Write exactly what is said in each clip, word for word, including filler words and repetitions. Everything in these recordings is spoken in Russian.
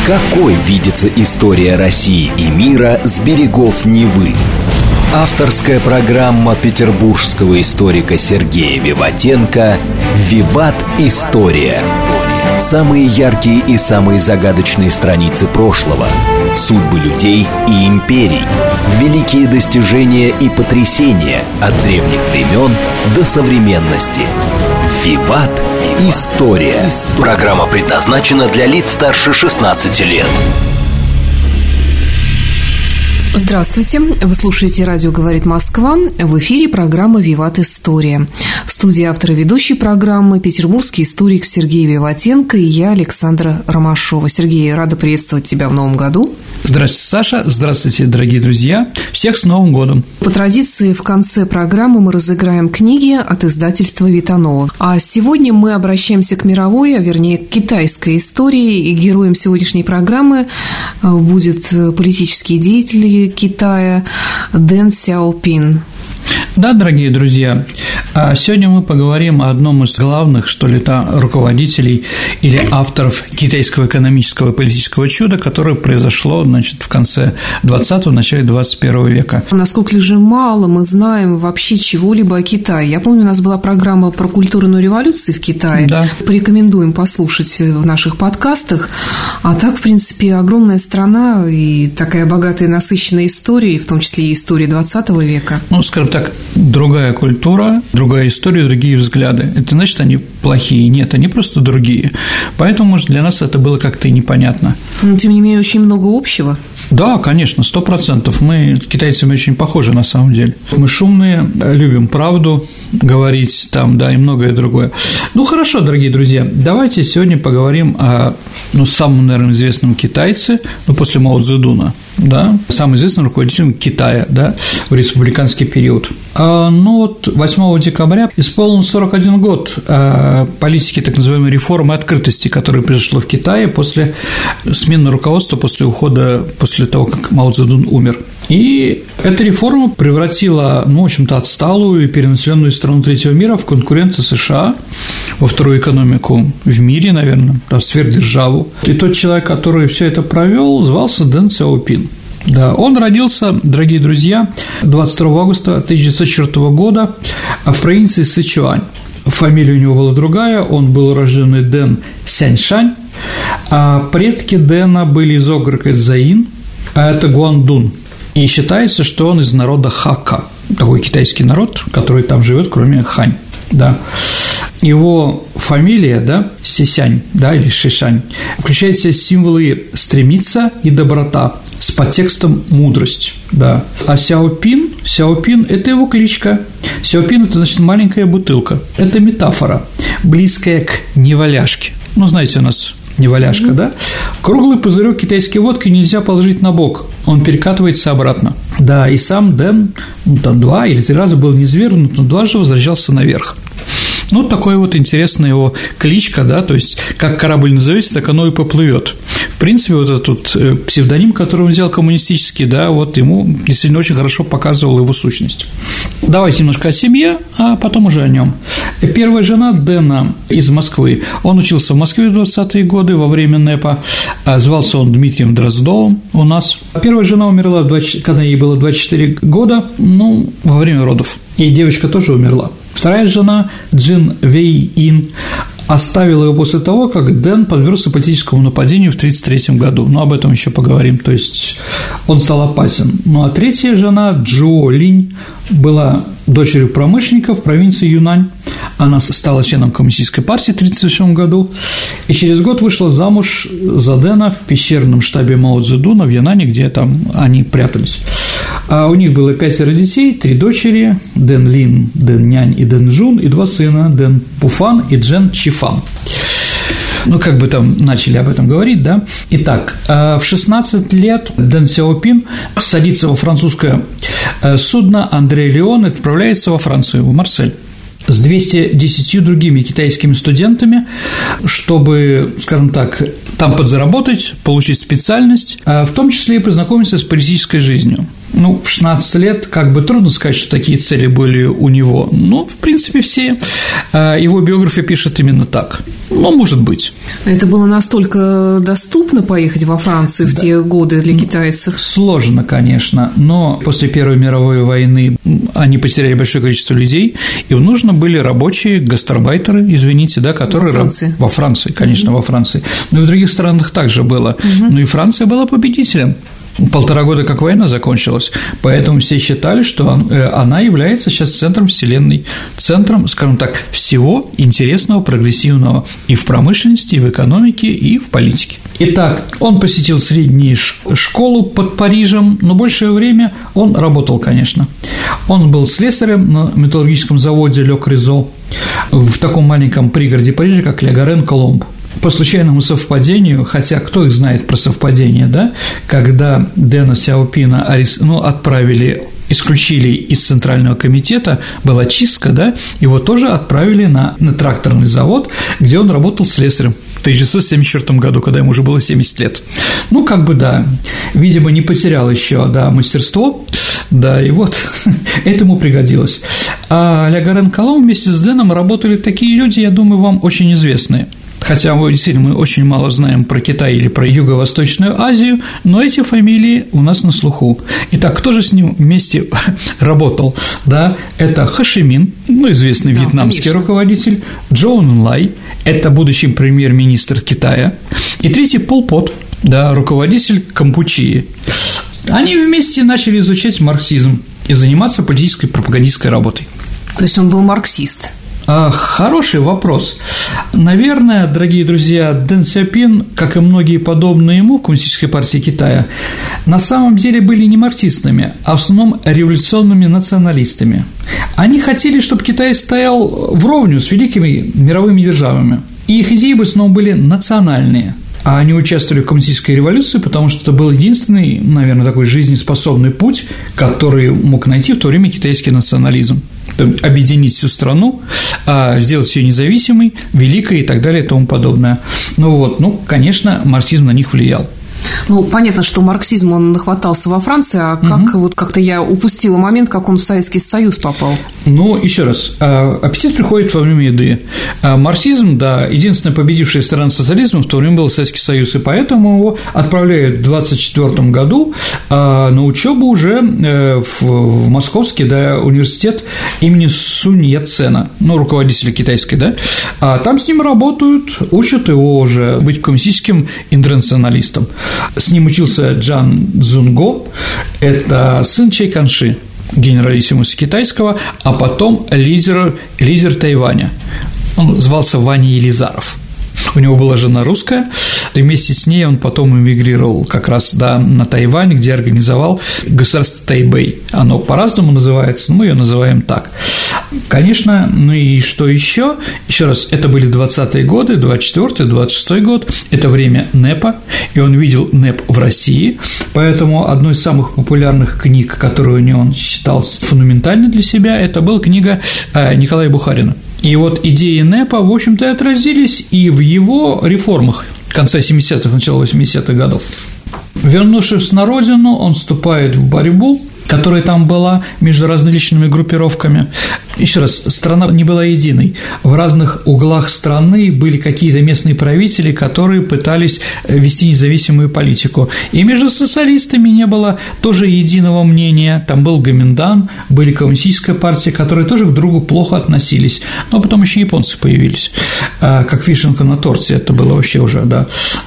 Какой видится история России и мира с берегов Невы? Авторская программа петербургского историка Сергея Виватенко «Виват. История». Самые яркие и самые загадочные страницы прошлого, судьбы людей и империй, великие достижения и потрясения от древних времен до современности. «Виват. История». Программа предназначена для лиц старше шестнадцати лет. Здравствуйте, вы слушаете «Радио говорит Москва», в эфире программа «Виват. История». В студии автор и ведущий программы петербургский историк Сергей Виватенко и я, Александра Ромашова. Сергей, рада приветствовать тебя в новом году. Здравствуйте, Саша, здравствуйте, дорогие друзья, всех с Новым годом. По традиции в конце программы мы разыграем книги от издательства Витанова. А сегодня мы обращаемся к мировой, а вернее к китайской истории, и героем сегодняшней программы будет политический деятель Китая Дэн Сяопин. Да, дорогие друзья, сегодня мы поговорим о одном из главных, что ли, руководителей или авторов китайского экономического и политического чуда, которое произошло, значит, в конце двадцатого, начале двадцать первого века. Насколько же мало мы знаем вообще чего-либо о Китае. Я помню, у нас была программа про культурную революцию в Китае. Да. Порекомендуем послушать в наших подкастах. А так, в принципе, огромная страна и такая богатая, насыщенная история, в том числе и история двадцатого века. Ну, скажем так, другая культура, другая история, другие взгляды. Это значит, они плохие? Нет, они просто другие. Поэтому, может, для нас это было как-то и непонятно. Но, тем не менее, очень много общего. Да, конечно, сто процентов. Мы с китайцами очень похожи на самом деле. Мы шумные, любим правду говорить там, да, и многое другое. Ну, хорошо, дорогие друзья, давайте сегодня поговорим о, ну, самом, наверное, известном китайце, ну, после Мао Цзэдуна, да, самым известным руководителем Китая, да, в республиканский период. А, ну, вот восьмого декабря исполнился сорок один год политики так называемой реформы открытости, которая произошла в Китае после смены руководства, после ухода, после того, как Мао Цзэдун умер. И эта реформа превратила, ну, в общем-то, отсталую и перенаселенную страну третьего мира в конкурента США, во вторую экономику в мире, наверное, да, в сверхдержаву. И тот человек, который все это провел, звался Дэн Сяопин. Да, он родился, дорогие друзья, двадцать второго августа тысяча девятьсот четвёртого года в провинции Сычуань. Фамилия у него была другая, он был рожденный Дэн Сяньшань, а предки Дэна были из округа Цзаин, а это Гуандун. И считается, что он из народа Хака, такой китайский народ, который там живет, кроме Хань, да. Его фамилия, да, Сисянь, да, или Шишань, включает в себя символы «стремиться» и «доброта» с подтекстом «мудрость», да. А Сяопин, Сяопин – это его кличка. Сяопин – это, значит, маленькая бутылка. Это метафора, близкая к неваляшке. Ну, знаете, у нас неваляшка, mm-hmm. да? Круглый пузырек китайской водки нельзя положить на бок, он перекатывается обратно. Да, и сам Дэн, ну, там два или три раза был низвергнут, но дважды возвращался наверх. Ну, такой вот интересная его кличка, да, то есть, как корабль назовется, так оно и поплывет. В принципе, вот этот вот псевдоним, который он взял коммунистический, да, вот ему действительно очень хорошо показывал его сущность. Давайте немножко о семье, а потом уже о нем. Первая жена Дэна из Москвы. Он учился в Москве в двадцатые годы во время НЭПа, звался он Дмитрием Дроздовым у нас. Первая жена умерла, когда ей было двадцать четыре года, ну, во время родов, и девочка тоже умерла. Вторая жена, Джин Вэй Ин, оставила его после того, как Дэн подвергся политическому нападению в тысяча девятьсот тридцать третьем году. Но об этом еще поговорим, то есть он стал опасен. Ну а третья жена, Джо Линь, была дочерью промышленника в провинции Юнань. Она стала членом коммунистической партии в тысяча девятьсот тридцать восьмом году и через год вышла замуж за Дэна в пещерном штабе Мао Цзэдуна в Юнане, где там они прятались. А у них было пятеро детей, три дочери – Дэн Лин, Дэн Нянь и Дэн Жун, и два сына – Дэн Пуфан и Джен Чифан. Ну, как бы там начали об этом говорить, да? Итак, в шестнадцать лет Дэн Сяопин садится во французское судно «Андре Леон» и отправляется во Францию, в Марсель. с двумястами десятью другими китайскими студентами, чтобы, скажем так, там подзаработать, получить специальность, в том числе и познакомиться с политической жизнью. Ну, в шестнадцать лет как бы трудно сказать, что такие цели были у него, но, в принципе, все его биографы пишут именно так. Ну, может быть. Это было настолько доступно поехать во Францию в да. те годы для китайцев? Сложно, конечно, но после Первой мировой войны они потеряли большое количество людей, им нужно были рабочие, гастарбайтеры, извините, да, которые… Во Франции. Во Франции, конечно, mm-hmm. во Франции. Но и в других странах также было. Mm-hmm. Ну и Франция была победителем. Полтора года как война закончилась, поэтому все считали, что она является сейчас центром вселенной, центром, скажем так, всего интересного, прогрессивного и в промышленности, и в экономике, и в политике. Итак, он посетил среднюю школу под Парижем, но большее время он работал, конечно. Он был слесарем на металлургическом заводе Ле Кризо в таком маленьком пригороде Парижа, как Ля Гарен-Коломб. По случайному совпадению, хотя кто их знает про совпадение, да, когда Дэна Сяопина арест... ну, отправили, исключили из Центрального комитета, была чистка, да, его тоже отправили на, на тракторный завод, где он работал слесарем в тысяча девятьсот семьдесят четвёртом году, когда ему уже было семьдесят лет. Ну, как бы, да, видимо, не потерял еще, да, мастерство, да, и вот этому пригодилось. А Ля Гарен-Коломб вместе с Дэном работали такие люди, я думаю, вам очень известные. Хотя мы действительно мы очень мало знаем про Китай или про Юго-Восточную Азию, но эти фамилии у нас на слуху. Итак, кто же с ним вместе работал? Да, это Хо Ши Мин, ну, известный да, вьетнамский конечно. руководитель, Чжоу Энлай, это будущий премьер-министр Китая, и третий Пол Пот, да, руководитель Кампучии. Они вместе начали изучать марксизм и заниматься политической пропагандистской работой. То есть он был марксист? Хороший вопрос. Наверное, дорогие друзья, Дэн Сяопин, как и многие подобные ему в Коммунистической партии Китая, на самом деле были не марксистами, а в основном революционными националистами. Они хотели, чтобы Китай стоял вровню с великими мировыми державами, и их идеи в основном были национальные. А они участвовали в коммунистической революции, потому что это был единственный, наверное, такой жизнеспособный путь, который мог найти в то время китайский национализм. Объединить всю страну, сделать ее независимой, великой и так далее и тому подобное. Ну вот, ну, конечно, марксизм на них влиял. Ну, понятно, что марксизм, он нахватался во Франции, а как угу. вот как-то я упустила момент, как он в Советский Союз попал. Ну, еще раз, аппетит приходит во время еды. Марксизм, да, единственная победившая страна социализма в то время был Советский Союз, и поэтому его отправляют в двадцать четвёртом году на учебу уже в Московский, да, университет имени Сунь Яцена, ну, руководителя китайской, да, а там с ним работают, учат его уже быть коммунистическим интернационалистом. С ним учился Джан Цзунго, это сын Чай Каньши, генералиссимуса китайского, а потом лидер, лидер Тайваня. Он звался Ваня Елизаров. У него была жена русская, и вместе с ней он потом эмигрировал как раз, да, на Тайвань, где организовал государство Тайбэй. Оно по-разному называется, но мы ее называем так. Конечно, ну и что еще? Еще раз, это были двадцатые годы, двадцать четвёртый двадцать шестой год, это время НЭПа, и он видел НЭП в России, поэтому одной из самых популярных книг, которую у него он считал фундаментальной для себя, это была книга Николая Бухарина. И вот идеи НЭПа, в общем-то, отразились и в его реформах конца семидесятых, начала восьмидесятых годов. Вернувшись на родину, он вступает в борьбу, которая там была между различными группировками. Еще раз, страна не была единой. В разных углах страны были какие-то местные правители, которые пытались вести независимую политику. И между социалистами не было тоже единого мнения. Там был Гоминдан, были коммунистическая партия, которые тоже к другу плохо относились. Но потом еще японцы появились, как вишенка на торте. Это было вообще уже, да.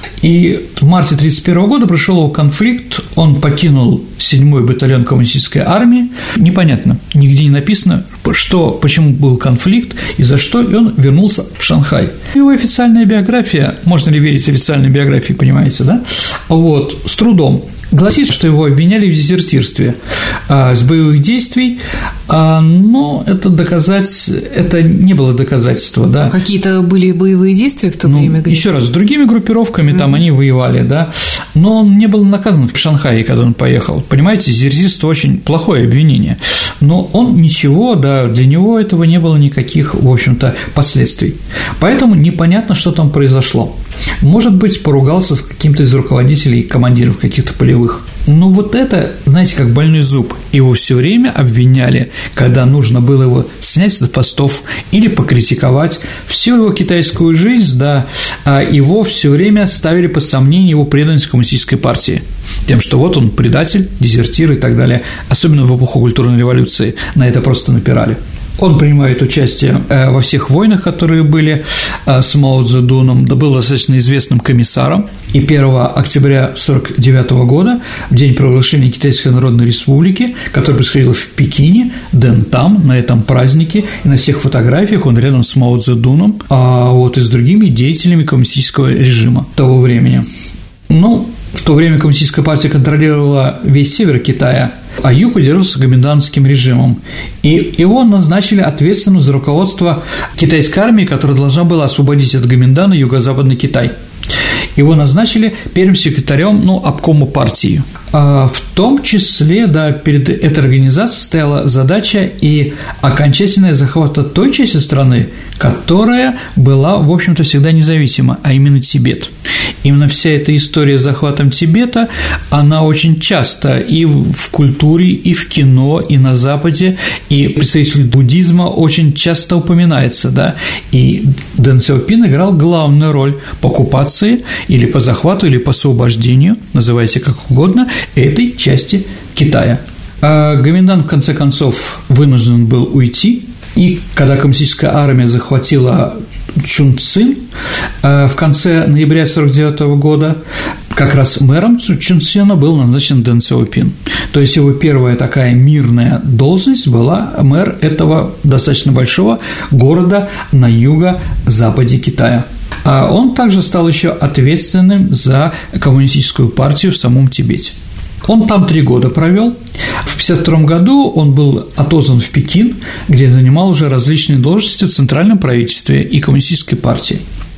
И в марте тридцать первого года пришел его конфликт, он покинул седьмой батальон коммунистической армии, непонятно, нигде не написано, что, почему был конфликт и за что, и он вернулся в Шанхай. Его официальная биография, можно ли верить официальной биографии, понимаете, да, вот, с трудом. Гласит, что его обвиняли в дезертирстве а, с боевых действий, а, но это доказать, это не было доказательства, да. Какие-то были боевые действия в то ну, время? Где... Еще раз, с другими группировками mm-hmm. там они воевали, да, но он не был наказан в Шанхае, когда он поехал. Понимаете, дезертирство очень плохое обвинение, но он ничего, да, для него этого не было никаких, в общем-то, последствий. Поэтому непонятно, что там произошло. Может быть, поругался с каким-то из руководителей, командиров каких-то полевых. Ну, вот это, знаете, как больной зуб. Его все время обвиняли, когда нужно было его снять с постов или покритиковать. Всю его китайскую жизнь, да, его все время ставили под сомнение его преданность коммунистической партии. Тем, что вот он предатель, дезертир и так далее. Особенно в эпоху культурной революции на это просто напирали. Он принимает участие во всех войнах, которые были с Мао Цзэдуном, был достаточно известным комиссаром, и первого октября сорок девятого года, в день провозглашения Китайской Народной Республики, который происходил в Пекине, Дэн там, на этом празднике, и на всех фотографиях он рядом с Мао Цзэдуном, а вот и с другими деятелями коммунистического режима того времени. Ну, в то время коммунистическая партия контролировала весь север Китая, а юг удерживался гоминдановским режимом, и его назначили ответственным за руководство китайской армии, которая должна была освободить от Гоминдана юго-западный Китай. Его назначили первым секретарем, ну, обкома партии. А в том числе, да, перед этой организацией стояла задача и окончательный захват той части страны, которая была, в общем-то, всегда независима, а именно Тибет. Именно вся эта история с захватом Тибета, она очень часто и в культуре, и в кино, и на Западе, и представитель буддизма очень часто упоминается, да, и Дэн Сяопин играл главную роль по оккупации или по захвату, или по освобождению, называйте как угодно, этой части Китая. А Гоминдан, в конце концов, вынужден был уйти, и когда коммунистическая армия захватила Чунцин в конце ноября сорок девятого года, как раз мэром Чунцина был назначен Дэн Сяопин. То есть его первая такая мирная должность была мэр этого достаточно большого города на юго-западе Китая. А он также стал еще ответственным за коммунистическую партию в самом Тибете. Он там три года провел. В пятьдесят втором году он был отозван в Пекин, где занимал уже различные должности в центральном правительстве и коммунистической партии.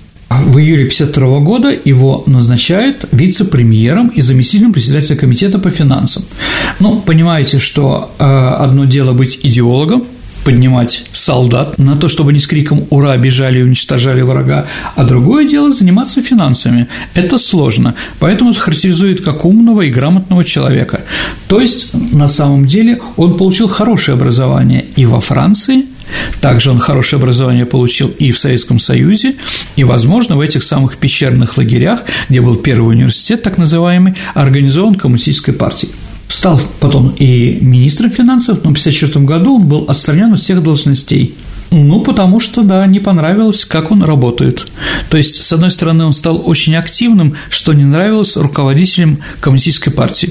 В июле пятьдесят второго года его назначают вице-премьером и заместителем председателя комитета по финансам. Ну, понимаете, что э, одно дело быть идеологом, поднимать солдат на то, чтобы они с криком «Ура!» бежали и уничтожали врага, а другое дело заниматься финансами. Это сложно, поэтому это характеризует как умного и грамотного человека. То есть, на самом деле, он получил хорошее образование и во Франции, также он хорошее образование получил и в Советском Союзе, и, возможно, в этих самых пещерных лагерях, где был первый университет, так называемый, организован коммунистической партией. Стал потом и министром финансов, но в тысяча девятьсот пятьдесят четвёртом году он был отстранен от всех должностей. Ну, потому что, да, не понравилось, как он работает. То есть, с одной стороны, он стал очень активным, что не нравилось руководителям коммунистической партии.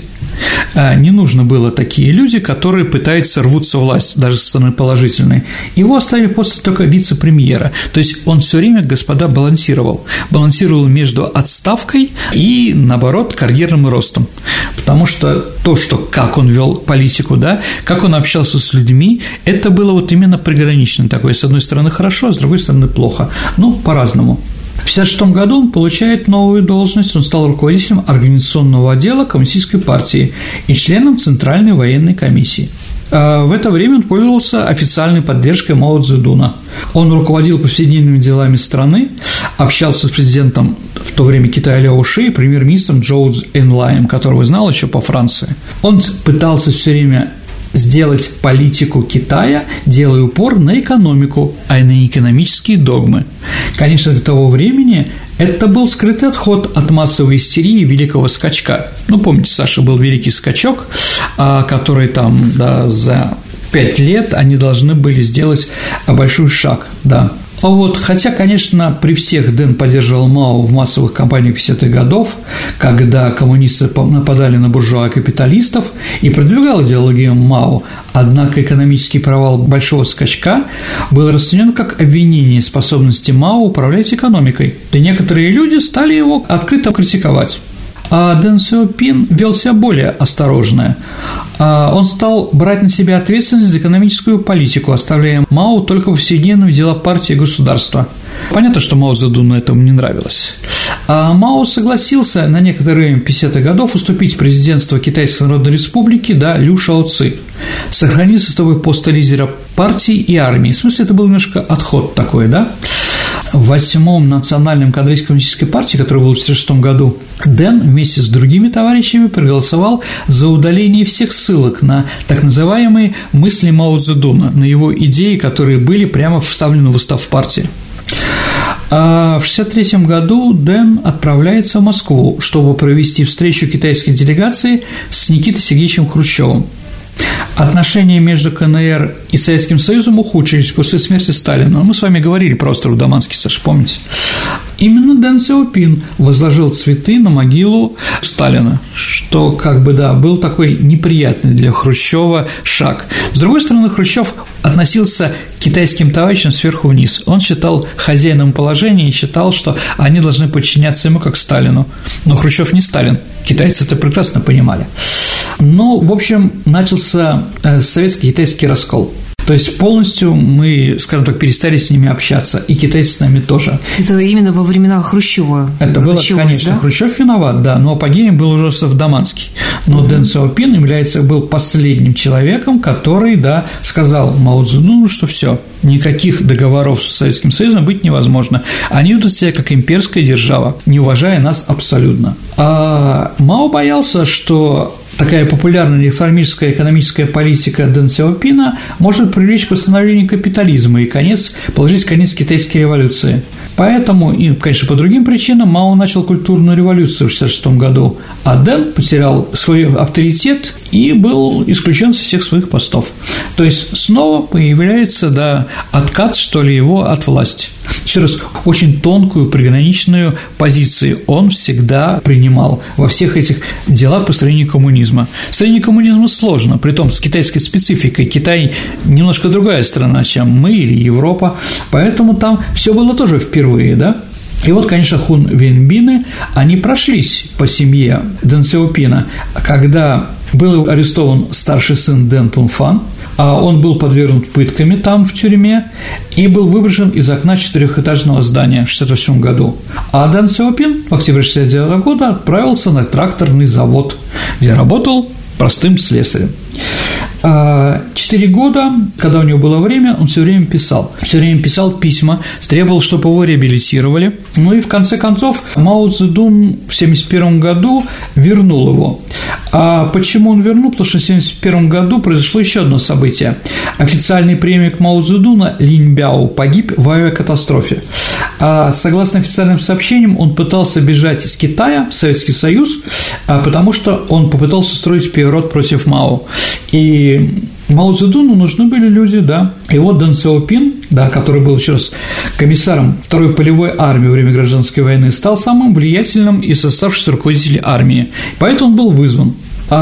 Не нужно было такие люди, которые пытаются рвутся в власть, даже со стороны положительной. Его оставили после только вице-премьера. То есть, он все время, господа, балансировал. Балансировал между отставкой и, наоборот, карьерным ростом. Потому что то, что как он вел политику, да, как он общался с людьми, это было вот именно приграничное такое. С одной стороны хорошо, а с другой стороны плохо. Ну, по-разному. В тысяча девятьсот пятьдесят шестом году он получает новую должность, он стал руководителем организационного отдела Коммунистической партии и членом Центральной военной комиссии. В это время он пользовался официальной поддержкой Мао Цзэдуна. Он руководил повседневными делами страны, общался с президентом в то время Китая Ляо Ши и премьер-министром Чжоу Энлаем, которого знал еще по Франции. Он пытался все время сделать политику Китая, делая упор на экономику, а не на экономические догмы. Конечно, до того времени это был скрытый отход от массовой истерии великого скачка. Ну, помните, Саша, был великий скачок, который там, да, за пять лет они должны были сделать большой шаг, да. А вот, хотя, конечно, при всех Дэн поддерживал Мао в массовых кампаниях пятидесятых годов, когда коммунисты нападали на буржуа-капиталистов и продвигал идеологию Мао, однако экономический провал большого скачка был расценен как обвинение способности Мао управлять экономикой, и некоторые люди стали его открыто критиковать. А Дэн Сяопин вел себя более осторожно. Он стал брать на себя ответственность за экономическую политику, оставляя Мао только в повседневные дела партии и государства. Понятно, что Мао Цзэдуну этому не нравилось. А Мао согласился на некоторые пятидесятых годов уступить президентство Китайской Народной Республики, да, Лю Шаоци, сохранив с тобой пост лидера партии и армии. В смысле, это был немножко отход такой, да. в восьмом национальном конгрессе коммунистической партии, который был в тысяча девятьсот шестом году, Дэн вместе с другими товарищами проголосовал за удаление всех ссылок на так называемые мысли Мао Цзэдуна, на его идеи, которые были прямо вставлены в устав партии. А в шестьдесят третьем году Дэн отправляется в Москву, чтобы провести встречу китайской делегации с Никитой Сергеевичем Хрущевым. Отношения между ка эн эр и Советским Союзом ухудшились после смерти Сталина. Мы с вами говорили про остров Даманский, Саша, помните? Именно Дэн Сяопин возложил цветы на могилу Сталина, что, как бы, да, был такой неприятный для Хрущева шаг. С другой стороны, Хрущев относился к китайским товарищам сверху вниз. Он считал хозяином положения и считал, что они должны подчиняться ему как Сталину. Но Хрущев не Сталин, китайцы это прекрасно понимали. Ну, в общем, начался советско-китайский раскол. То есть полностью мы, скажем так, перестали с ними общаться, и китайцы с нами тоже. Это именно во времена Хрущева. Это было, началось, конечно, да? Хрущев виноват, да, но апогеем был уже Остров Даманский. Но угу. Дэн Сяопин является, был последним человеком, который, да, сказал Мао Цзэдуну, что все, никаких договоров с Советским Союзом быть невозможно. Они ведут себя как имперская держава, не уважая нас абсолютно. А Мао боялся, что такая популярная реформистская экономическая политика Дэн Сяопина может привлечь к восстановлению капитализма и конец, положить конец китайской революции. Поэтому, и, конечно, по другим причинам, Мао начал культурную революцию в шестьдесят шестом году, а Дэн потерял свой авторитет и был исключен со всех своих постов. То есть снова появляется, да, откат, что ли, его от власти. Еще раз, очень тонкую, приграничную позицию он всегда принимал во всех этих делах построения коммунизма. Строение коммунизма сложно, притом с китайской спецификой. Китай немножко другая страна, чем мы или Европа, поэтому там все было тоже впервые, да. И вот, конечно, Хун Вейнбины, они прошлись по семье Дэн Сяопина, когда был арестован старший сын Дэн Пунфан, а он был подвергнут пытками там, в тюрьме, и был выброшен из окна четырехэтажного здания в шестьдесят восьмом году. А Дэн Сяопин в октябре шестьдесят девятого года отправился на тракторный завод, где работал простым слесарем. Четыре года, когда у него было время, он все время писал, все время писал письма, требовал, чтобы его реабилитировали. Ну и в конце концов Мао Цзэдун в семьдесят первом году вернул его. А почему он вернул? Потому что в семьдесят первом году произошло еще одно событие. Официальный преемник Мао Цзэдуна Линь Бяо погиб в авиакатастрофе. А согласно официальным сообщениям, он пытался бежать из Китая в Советский Союз, потому что он попытался строить переворот против Мао. И Мао Цзэдуну нужны были люди, да. И вот Дэн Сяопин, да, который был еще раз комиссаром второй полевой армии во время гражданской войны, стал самым влиятельным из оставшихся руководителей армии. Поэтому он был вызван.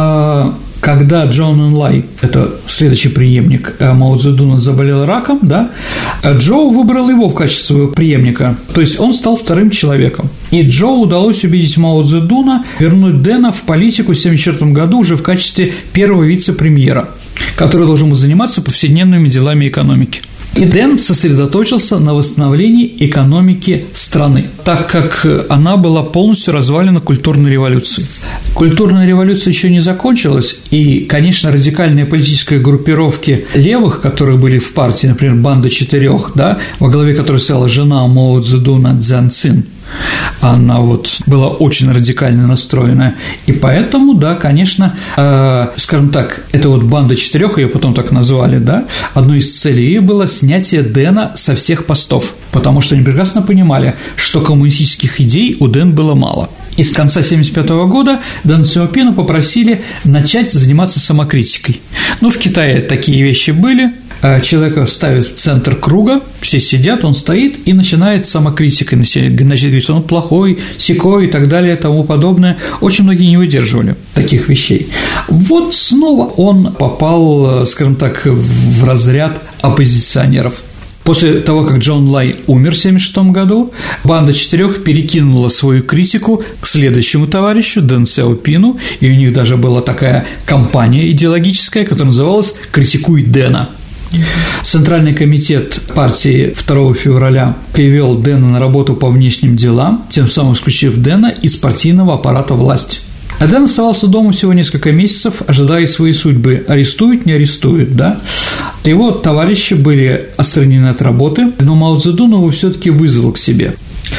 А когда Джоу Энлай, это следующий преемник Мао Цзэдуна, заболел раком, да, Джоу выбрал его в качестве своего преемника, то есть он стал вторым человеком. И Джоу удалось убедить Мао Цзэдуна вернуть Дэна в политику в семьдесят четвёртом году уже в качестве первого вице-премьера, который должен был заниматься повседневными делами экономики. И Дэн сосредоточился на восстановлении экономики страны, так как она была полностью развалена культурной революцией. Культурная революция еще не закончилась, и, конечно, радикальные политические группировки левых, которые были в партии, например, «Банда четырех», да, во главе которой стояла жена Мао Цзэдуна Цзян Цин, она вот была очень радикально настроена, и поэтому, да, конечно, э, скажем так, это вот «Банда четырех», ее потом так назвали, да, одной из целей ее было снятие Дэна со всех постов, потому что они прекрасно понимали, что коммунистических идей у Дэна было мало. И с конца семьдесят пятого года Дэн Сяопина попросили начать заниматься самокритикой. Ну, в Китае такие вещи были. Человека ставят в центр круга, все сидят, он стоит и начинает самокритикой, начинает говорить, он плохой, сякой и так далее и тому подобное. Очень многие не выдерживали таких вещей. Вот снова он попал, скажем так, в разряд оппозиционеров. После того, как Джон Лай умер в семьдесят шестом году, «Банда четырех» перекинула свою критику к следующему товарищу, Дэн Сяопину, и у них даже была такая кампания идеологическая, которая называлась «Критикуй Дэна». Центральный комитет партии второго февраля перевел Дэна на работу по внешним делам, тем самым исключив Дэна из партийного аппарата власти. А Дэн оставался дома всего несколько месяцев, ожидая своей судьбы. Арестуют, не арестуют, да? Его товарищи были отстранены от работы, но Мао Цзэдун его все-таки вызвал к себе.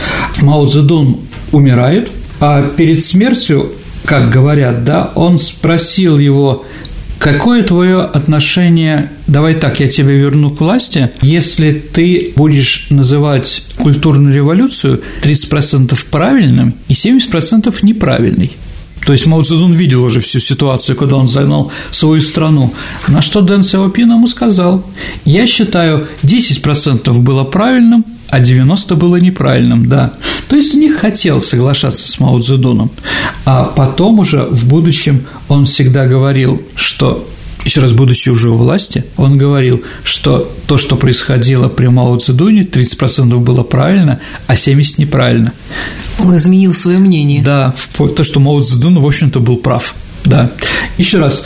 Мао Цзэдун умирает, а перед смертью, как говорят, да, он спросил его: какое твое отношение, давай так, я тебя верну к власти, если ты будешь называть культурную революцию тридцать процентов правильным и семьдесят процентов неправильной. То есть Мао Цзэдун видел уже всю ситуацию, когда он загнал свою страну. На что Дэн Сяопин ему сказал: я считаю, десять процентов было правильным, а девяносто процентов было неправильным, да. То есть не хотел соглашаться с Мао Цзэдуном. А потом уже в будущем он всегда говорил, что, еще раз, будучи уже у власти, он говорил, что то, что происходило при Мао Цзэдуне, тридцать процентов было правильно, а семьдесят процентов неправильно. Он изменил свое мнение. Да, то, что Мао Цзэдун, в общем-то, был прав. Да. Еще раз,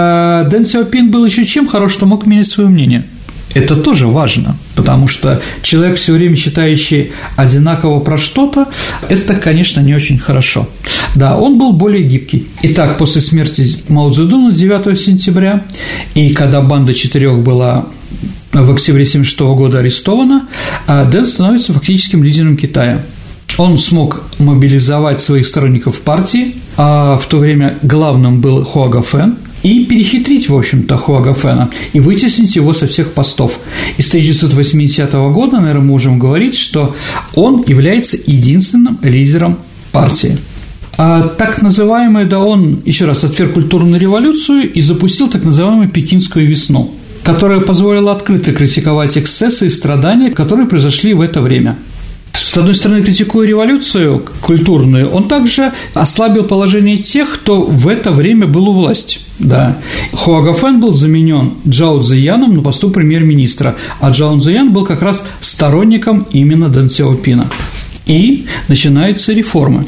Дэн Сяопин был еще чем хорош, что мог менять свое мнение. Это тоже важно, потому что человек, все время считающий одинаково про что-то, это, конечно, не очень хорошо. Да, он был более гибкий. Итак, после смерти Мао Цзэдуна девятого сентября, и когда банда четырех была в октябре семьдесят шестого года арестована, Дэн становится фактическим лидером Китая. Он смог мобилизовать своих сторонников партии, а в то время главным был Хуа Гафэн, и перехитрить, в общем-то, Хуа Гафэна и вытеснить его со всех постов. И с тысяча девятьсот восьмидесятого года, наверное, мы можем говорить, что он является единственным лидером партии. А так называемый, да, он, еще раз, отверг культурную революцию и запустил так называемую Пекинскую весну, которая позволила открыто критиковать эксцессы и страдания, которые произошли в это время. С одной стороны, критикуя революцию культурную, он также ослабил положение тех, кто в это время был у власти. Да. Хуа Гафэн был заменен Чжао Цзэяном на посту премьер-министра, а Чжао Цзэян был как раз сторонником именно Дэн Сяопина. И начинаются реформы.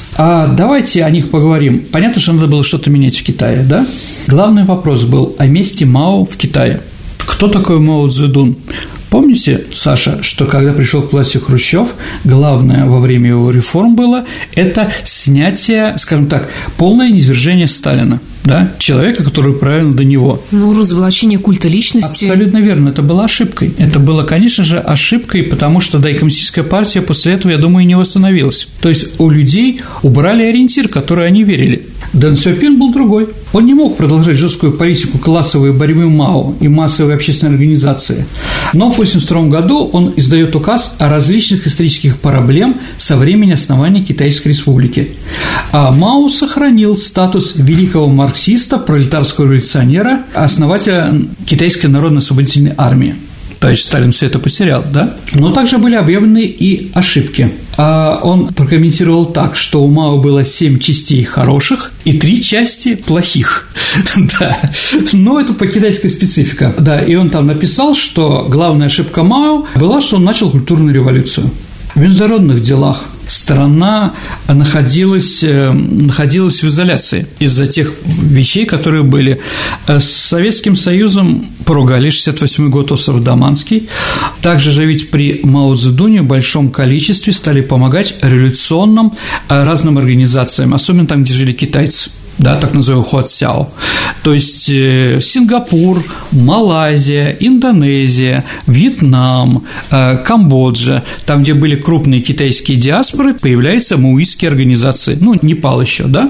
А давайте о них поговорим. Понятно, что надо было что-то менять в Китае, да? Главный вопрос был о месте Мао в Китае. Кто такой Мао Цзэдун? Помните, Саша, что когда пришел к власти Хрущев, главное во время его реформ было это снятие, скажем так, полное низвержение Сталина, да, человека, который правил до него. Ну, разоблачение культа личности. Абсолютно верно, это было ошибкой. Это было, конечно же, ошибкой, потому что, да, и коммунистическая партия после этого, я думаю, не восстановилась. То есть у людей убрали ориентир, в который они верили. Дэн Сяопин был другой. Он не мог продолжать жесткую политику классовой борьбы Мао и массовой общественной организации. Но в тысяча девятьсот восемьдесят втором году он издает указ о различных исторических проблемах со времени основания Китайской Республики. А Мао сохранил статус великого марксиста, пролетарского революционера, основателя Китайской народно-освободительной армии. То есть Сталин все это потерял, да? Но также были объявлены и ошибки. А он прокомментировал так, что у Мао было семь частей хороших и три части плохих. Да, но это по китайской специфике. Да, и он там написал, что главная ошибка Мао была, что он начал культурную революцию. В международных делах страна находилась, находилась в изоляции из-за тех вещей, которые были. С Советским Союзом поругали, шестьдесят восьмой год, остров Даманский. Также же ведь при Мао Цзэдуне в большом количестве стали помогать революционным разным организациям, особенно там, где жили китайцы. Да, так называемый Хуацяо. То есть э, Сингапур, Малайзия, Индонезия, Вьетнам, э, Камбоджа, там, где были крупные китайские диаспоры, появляются маоистские организации, ну, Непал еще, да.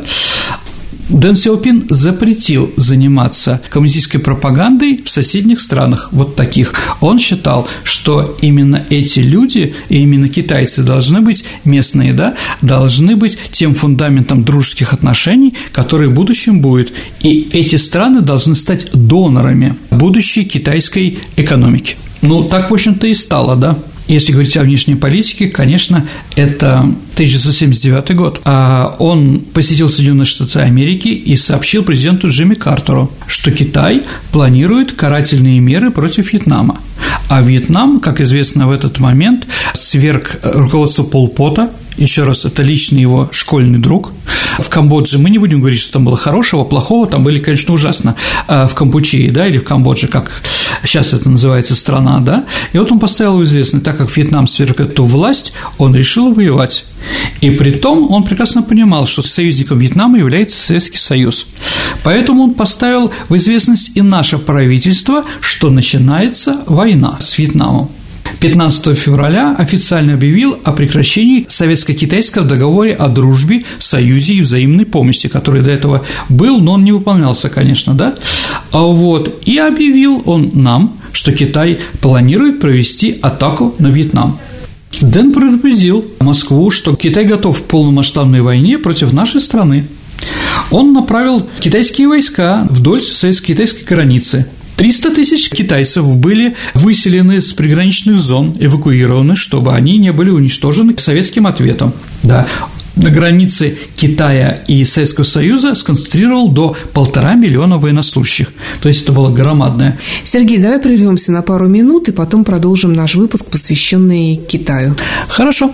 Дэн Сяопин запретил заниматься коммунистической пропагандой в соседних странах, вот таких. Он считал, что именно эти люди, и именно китайцы должны быть местные, да, должны быть тем фундаментом дружеских отношений, который в будущем будет, и эти страны должны стать донорами будущей китайской экономики. Ну, так, в общем-то, и стало, да. Если говорить о внешней политике, конечно, это тысяча девятьсот семьдесят девятый год. Он посетил Соединенные Штаты Америки и сообщил президенту Джимми Картеру, что Китай планирует карательные меры против Вьетнама. А Вьетнам, как известно, в этот момент сверг руководство Пол Пота. Еще раз, это лично его школьный друг, в Камбодже. Мы не будем говорить, что там было хорошего, плохого, там были, конечно, ужасно в Кампучии, да, или в Камбодже, как сейчас это называется страна, да, и вот он поставил в известность, так как Вьетнам сверг эту власть, он решил воевать, и при том он прекрасно понимал, что союзником Вьетнама является Советский Союз, поэтому он поставил в известность и наше правительство, что начинается война с Вьетнамом. пятнадцатого февраля официально объявил о прекращении советско-китайского договора о дружбе, союзе и взаимной помощи, который до этого был, но он не выполнялся, конечно, да, вот, и объявил он нам, что Китай планирует провести атаку на Вьетнам. Дэн предупредил Москву, что Китай готов к полномасштабной войне против нашей страны. Он направил китайские войска вдоль советско-китайской границы. триста тысяч китайцев были выселены с приграничных зон, эвакуированы, чтобы они не были уничтожены советским ответом. Да. На границе Китая и Советского Союза сконцентрировал до полтора миллиона военнослужащих. То есть это было громадное. Сергей, давай прервемся на пару минут и потом продолжим наш выпуск, посвященный Китаю. Хорошо.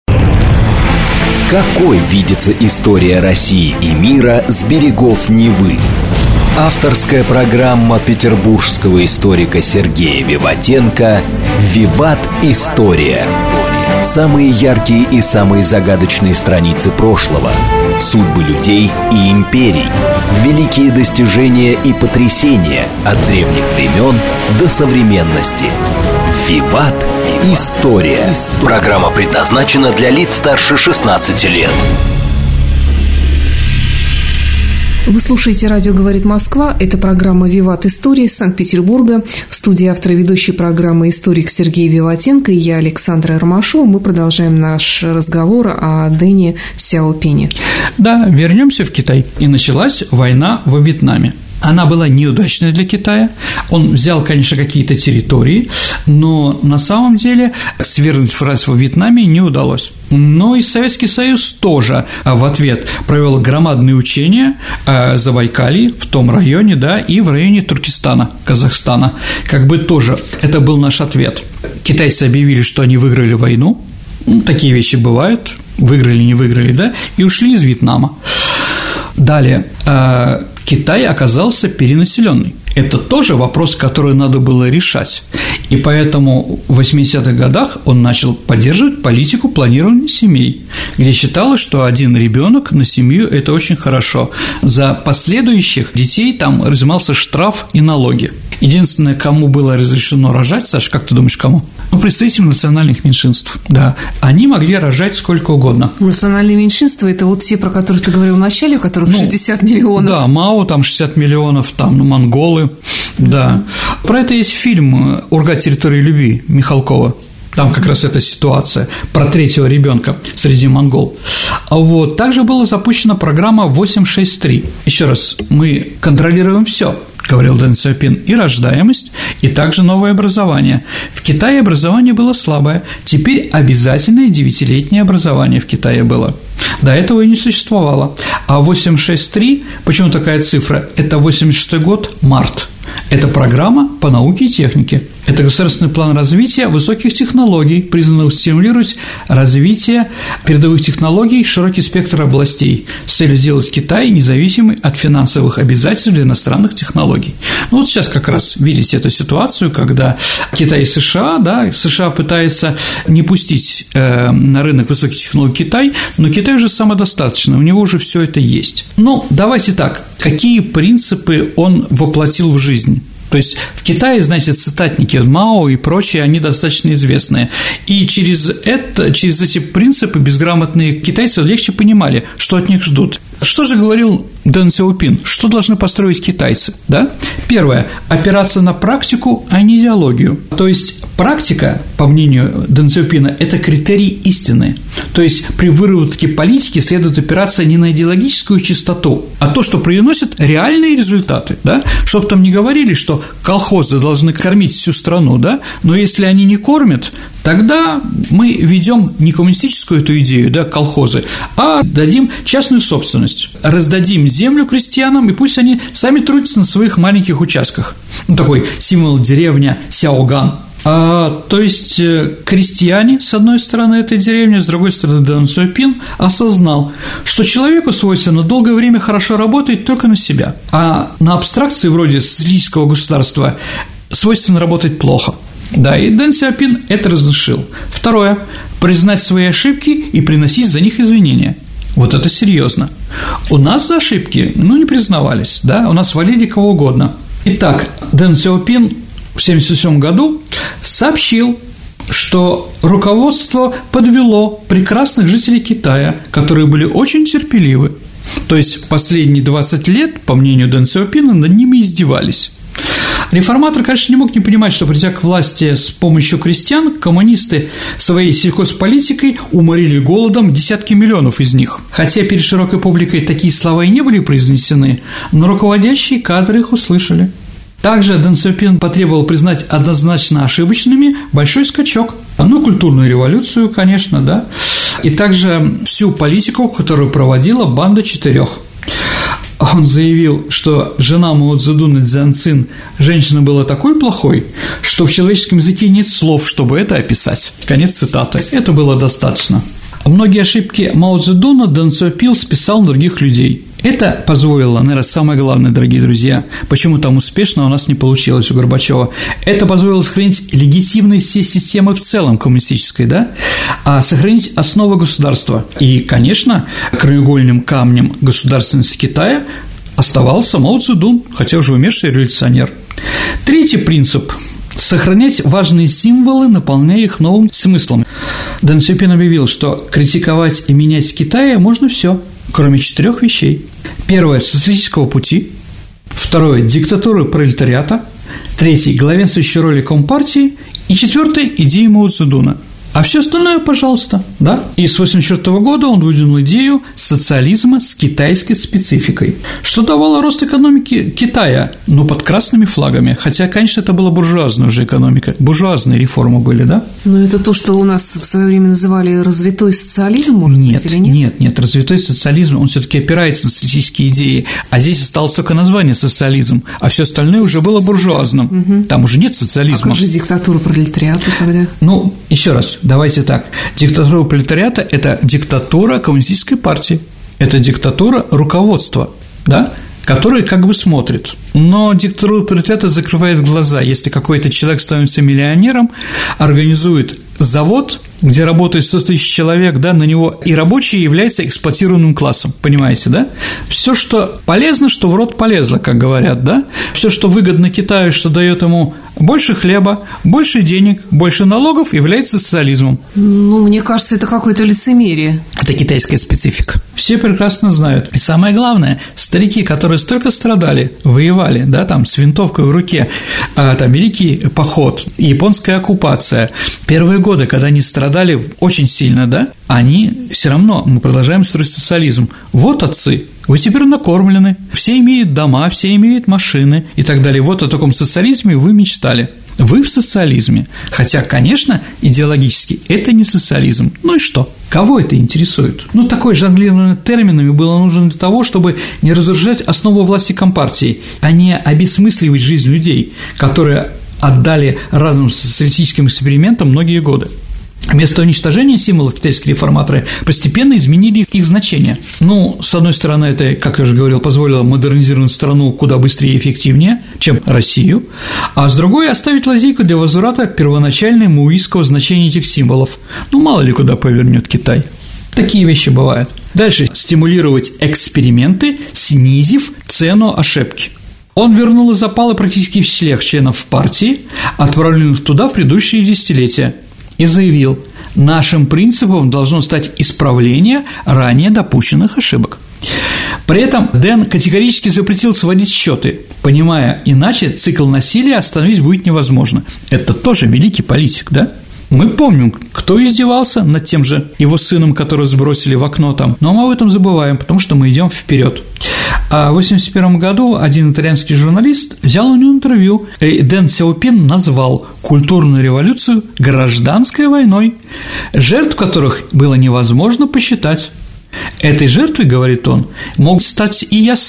Какой видится история России и мира с берегов Невы? Авторская программа петербургского историка Сергея Виватенко «Виват. История». Самые яркие и самые загадочные страницы прошлого, судьбы людей и империй, великие достижения и потрясения от древних времен до современности. «Виват. История». Программа предназначена для лиц старше шестнадцати лет. Вы слушаете «Радио говорит Москва». Это программа «Виват. История» из Санкт-Петербурга. В студии автор и ведущей программы историк Сергей Виватенко и я, Александра Ромашова. Мы продолжаем наш разговор о Дэне Сяопине. Да, вернемся в Китай. И началась война во Вьетнаме. Она была неудачной для Китая. Он взял, конечно, какие-то территории, но на самом деле свергнуть власть во Вьетнаме не удалось. Но и Советский Союз тоже в ответ провел громадные учения в Забайкалье, в том районе, да, и в районе Туркестана, Казахстана. Как бы тоже это был наш ответ. Китайцы объявили, что они выиграли войну. Ну, такие вещи бывают. Выиграли, не выиграли, да, и ушли из Вьетнама. Далее. Китай оказался перенаселенный. Это тоже вопрос, который надо было решать. И поэтому в восьмидесятых годах он начал поддерживать политику планирования семей, где считалось, что один ребенок на семью – это очень хорошо. За последующих детей там взимался штраф и налоги. Единственное, кому было разрешено рожать, Саша, как ты думаешь, кому? Ну, представители национальных меньшинств, да. Они могли рожать сколько угодно. Национальные меньшинства – это вот те, про которых ты говорил в начале, у которых ну, шестьдесят миллионов. Да, Мао, там шестьдесят миллионов, там ну, монголы, да. Про это есть фильм «Урга. Территория любви» Михалкова. Там как раз эта ситуация про третьего ребенка среди монгол. А вот также была запущена программа восемь шесть три. Еще раз, мы контролируем все, говорил Дэн Сяопин, и рождаемость, и также новое образование. В Китае образование было слабое, теперь обязательное девятилетнее образование в Китае было. До этого и не существовало. А восемь шесть три, почему такая цифра? Это восемьдесят шестой год, март. Это программа по науке и технике. Это государственный план развития высоких технологий, призванный стимулировать развитие передовых технологий, широкий спектр областей с целью сделать Китай независимый от финансовых обязательств для иностранных технологий. Ну вот сейчас как раз видите эту ситуацию, когда Китай и США, да, США пытается не пустить э, на рынок высоких технологий Китай, но Китай уже самодостаточный, у него уже все это есть. Ну, давайте так, какие принципы он воплотил в жизнь? То есть в Китае, знаете, цитатники Мао и прочие, они достаточно известные. И через это, через эти принципы безграмотные китайцы легче понимали, что от них ждут. Что же говорил Дэн Сяопин? Что должны построить китайцы? Да? Первое – опираться на практику, а не идеологию. То есть практика, по мнению Дэн Сяопина, это критерий истины. То есть при выработке политики следует опираться не на идеологическую чистоту, а то, что приносит реальные результаты. Да? Чтобы там не говорили, что колхозы должны кормить всю страну, да? Но если они не кормят, тогда мы ведем не коммунистическую эту идею, да, колхозы, а дадим частную собственность. Раздадим землю крестьянам, и пусть они сами трудятся на своих маленьких участках. Ну, такой символ деревня Сяоган. А, то есть крестьяне, с одной стороны, этой деревни, с другой стороны, Дэн Сяопин осознал, что человеку свойственно долгое время хорошо работать только на себя, а на абстракции вроде социалистического государства свойственно работать плохо. Да, и Дэн Сяопин это разрешил. Второе – признать свои ошибки и приносить за них извинения. Вот это серьезно. У нас за ошибки, ну, не признавались, да, у нас валили кого угодно. Итак, Дэн Сяопин в семьдесят седьмом году сообщил, что руководство подвело прекрасных жителей Китая, которые были очень терпеливы. То есть в последние двадцать лет, по мнению Дэн Сяопина, над ними издевались. Реформатор, конечно, не мог не понимать, что, придя к власти с помощью крестьян, коммунисты своей сельхозполитикой уморили голодом десятки миллионов из них. Хотя перед широкой публикой такие слова и не были произнесены, но руководящие кадры их услышали. Также Дэн Сяопин потребовал признать однозначно ошибочными большой скачок, ну, культурную революцию, конечно, да, и также всю политику, которую проводила банда четырех. Он заявил, что жена Мао Цзэдуна Цзян Цин женщина была такой плохой, что в человеческом языке нет слов, чтобы это описать. Конец цитаты. Это было достаточно. Многие ошибки Мао Цзэдуна Дэн Сяопин списал на других людей. Это позволило, наверное, самое главное, дорогие друзья, почему там успешно у нас не получилось у Горбачева. Это позволило сохранить легитимность всей системы в целом коммунистической, да, а сохранить основы государства. И, конечно, краеугольным камнем государственности Китая оставался Мао Цзэдун, хотя уже умерший революционер. Третий принцип – сохранять важные символы, наполняя их новым смыслом. Дэн Сяопин объявил, что критиковать и менять в Китае можно все, кроме четырех вещей. Первое – социалистического пути. Второе – диктатуры пролетариата. Третье – главенствующей роли Компартии. И четвертое – идеи Мао Цзэдуна. А все остальное, пожалуйста, да? И с восемьдесят четвёртого года он выдвинул идею социализма с китайской спецификой, что давало рост экономики Китая, но под красными флагами, хотя, конечно, это была буржуазная уже экономика, буржуазные реформы были, да? Но это то, что у нас в свое время называли развитой социализм, может нет, быть, или нет? Нет, нет, развитой социализм, он все-таки опирается на социалистические идеи, а здесь осталось только название социализм, а все остальное уже было буржуазным, угу. Там уже нет социализма. А как же диктатура пролетариата тогда? Ну, еще раз. Давайте так. Диктатура пролетариата – это диктатура коммунистической партии, это диктатура руководства, да, который как бы смотрит. Но диктатура пролетариата закрывает глаза. Если какой-то человек становится миллионером, организует завод, где работает сто тысяч человек, да, на него и рабочий является эксплуатируемым классом, понимаете, да? Все, что полезно, что в рот полезло, как говорят, да? Все, что выгодно Китаю, что дает ему больше хлеба, больше денег, больше налогов, является социализмом. Ну, мне кажется, это какое-то лицемерие. Это китайская специфика. Все прекрасно знают. И самое главное, старики, которые столько страдали, воевали, да, там, с винтовкой в руке, а, там, Великий поход, японская оккупация, первые годы, когда они страдали очень сильно, да, они все равно, мы продолжаем строить социализм. Вот отцы, вы теперь накормлены, все имеют дома, все имеют машины и так далее. Вот о таком социализме вы мечтали. Вы в социализме. Хотя, конечно, идеологически это не социализм. Ну и что? Кого это интересует? Ну, такое жонглирование терминами было нужно для того, чтобы не разрушать основу власти Компартии, а не обесмысливать жизнь людей, которые отдали разным социалистическим экспериментам многие годы. Вместо уничтожения символов китайские реформаторы постепенно изменили их значение. Ну, с одной стороны, это, как я уже говорил, позволило модернизировать страну куда быстрее и эффективнее, чем Россию, а с другой – оставить лазейку для возврата первоначального маоистского значения этих символов. Ну, мало ли куда повернет Китай. Такие вещи бывают. Дальше – стимулировать эксперименты, снизив цену ошибки. Он вернул из запала практически всех членов партии, отправленных туда в предыдущие десятилетия, и заявил: нашим принципом должно стать исправление ранее допущенных ошибок. При этом Дэн категорически запретил сводить счеты, понимая, иначе цикл насилия остановить будет невозможно. Это тоже великий политик, да? Мы помним, кто издевался над тем же его сыном, которого сбросили в окно там, но мы об этом забываем, потому что мы идем вперед. А в восемьдесят первом году один итальянский журналист взял у него интервью, и Дэн Сяопин назвал культурную революцию гражданской войной, жертв которых было невозможно посчитать. Этой жертвой, говорит он, мог стать и я сам,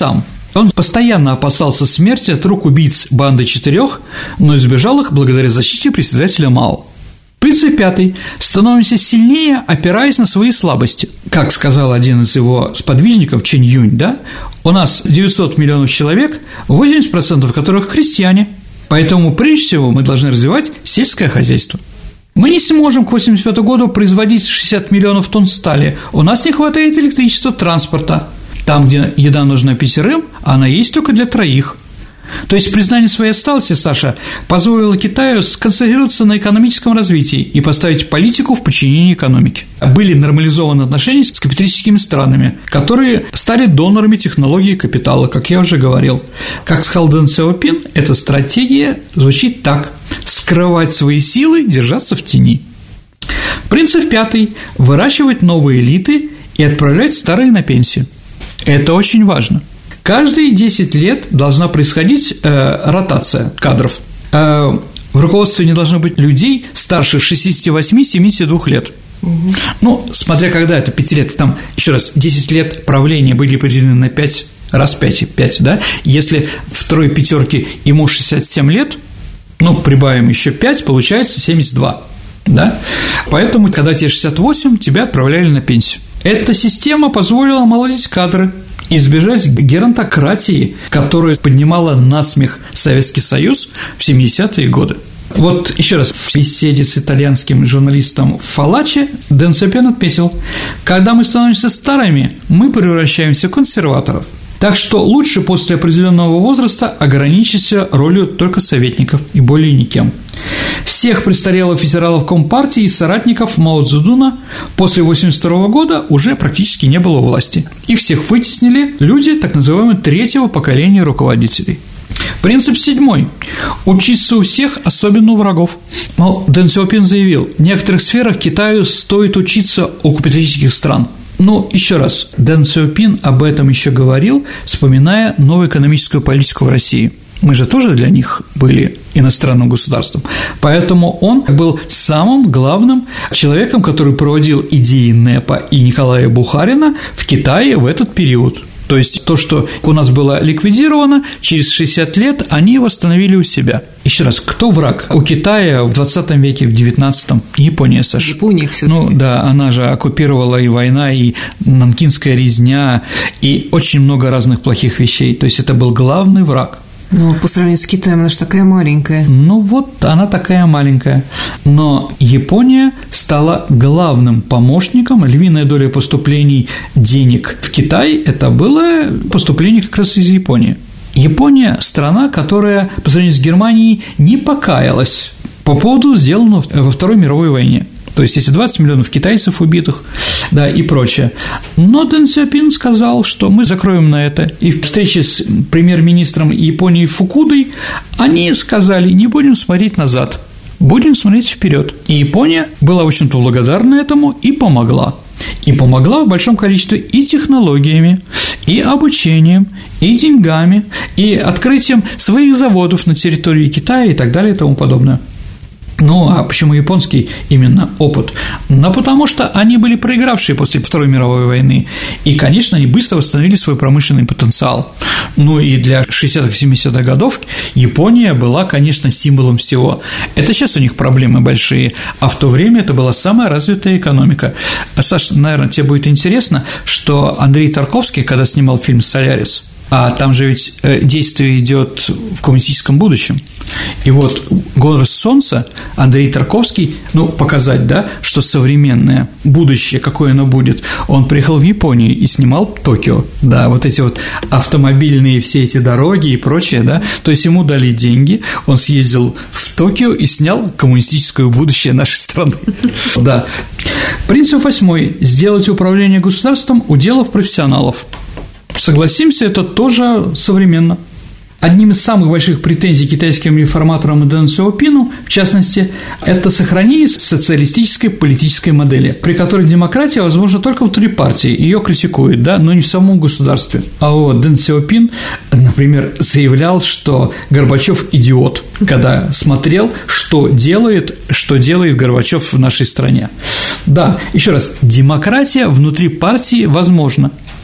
Он постоянно опасался смерти от рук убийц банды четырех, но избежал их благодаря защите председателя Мао. Принцип пятый. Становимся сильнее, опираясь на свои слабости. Как сказал один из его сподвижников, Чэнь Юнь, да, у нас девятьсот миллионов человек, восемьдесят процентов которых крестьяне, поэтому прежде всего мы должны развивать сельское хозяйство. Мы не сможем к восемьдесят пятому году производить шестьдесят миллионов тонн стали, у нас не хватает электричества, транспорта. Там, где еда нужна пятерым, она есть только для троих. То есть признание своей отсталости, Саша, позволило Китаю сконцентрироваться на экономическом развитии и поставить политику в подчинении экономике. Были нормализованы отношения с капиталистическими странами, которые стали донорами технологий капитала, как я уже говорил. Как сказал Дэн Сяопин, эта стратегия звучит так: скрывать свои силы, держаться в тени. Принцип пятый – выращивать новые элиты и отправлять старые на пенсию. Это очень важно. Каждые десять лет должна происходить э, ротация кадров. Э, в руководстве не должно быть людей старше шестидесяти восьми — семидесяти двух лет. Угу. Ну, смотря когда это, пять лет, там, еще раз, десять лет правления были поделены на пять, раз пять, пять, да? Если в второй пятерке ему шестьдесят семь лет, ну, прибавим еще пять, получается семьдесят два, да? Поэтому, когда тебе шестьдесят восемь, тебя отправляли на пенсию. Эта система позволила омолодить кадры, избежать геронтократии, которая поднимала насмех Советский Союз в семидесятые годы. Вот еще раз, в беседе с итальянским журналистом Фалачи Дэн Сяопин отметил: когда мы становимся старыми, мы превращаемся в консерваторов. Так что лучше после определенного возраста ограничиться ролью только советников и более никем. Всех престарелых ветеранов Компартии и соратников Мао Цзэдуна после восемьдесят второго года уже практически не было у власти. Их всех вытеснили люди так называемого третьего поколения руководителей. Принцип седьмой. Учиться у всех, особенно у врагов. Но Дэн Сяопин заявил: в некоторых сферах Китаю стоит учиться у капиталистических стран. Ну, еще раз, Дэн Сяопин об этом еще говорил, вспоминая новую экономическую политику в России. Мы же тоже для них были иностранным государством. Поэтому он был самым главным человеком, который проводил идеи НЭПа и Николая Бухарина в Китае в этот период. То есть то, что у нас было ликвидировано, через шестьдесят лет они восстановили у себя. Еще раз, кто враг? У Китая в двадцатом веке, в девятнадцатом Япония, Саша. Япония всё-таки. Ну да, она же оккупировала и война, и Нанкинская резня, и очень много разных плохих вещей. То есть это был главный враг. Но по сравнению с Китаем она же такая маленькая. Ну вот, она такая маленькая. Но Япония стала главным помощником. Львиная доля поступлений денег в Китай – это было поступление как раз из Японии. Япония – страна, которая по сравнению с Германией не покаялась по поводу сделанного во Второй мировой войне. То есть эти двадцать миллионов китайцев убитых, да, и прочее. Но Дэн Сяопин сказал, что мы закроем на это. И в встрече с премьер-министром Японии Фукудой они сказали: не будем смотреть назад, будем смотреть вперед. И Япония была, в общем-то, благодарна этому и помогла. И помогла в большом количестве и технологиями, и обучением, и деньгами, и открытием своих заводов на территории Китая и так далее и тому подобное. Ну, а почему японский именно опыт? Ну, потому что они были проигравшие после Второй мировой войны, и, конечно, они быстро восстановили свой промышленный потенциал. Ну, и для шестидесятых-семидесятых годов Япония была, конечно, символом всего. Это сейчас у них проблемы большие, а в то время это была самая развитая экономика. Саш, наверное, тебе будет интересно, что Андрей Тарковский, когда снимал фильм «Солярис», а там же ведь действие идет в коммунистическом будущем. И вот «Голос солнца» Андрей Тарковский, ну, показать, да, что современное будущее, какое оно будет, он приехал в Японию и снимал Токио, да, вот эти вот автомобильные все эти дороги и прочее, да, то есть ему дали деньги, он съездил в Токио и снял коммунистическое будущее нашей страны, да. Принцип восьмой – сделать управление государством уделов профессионалов. Согласимся, это тоже современно. Одним из самых больших претензий китайским реформаторам и Дэну Сяопину, в частности, это сохранение социалистической политической модели, при которой демократия возможна только внутри партии, ее критикуют, да, но не в самом государстве. А вот Дэн Сяопин, например, заявлял, что Горбачев идиот, когда смотрел, что делает, что делает Горбачев в нашей стране. Да, еще раз, демократия внутри партии возможна.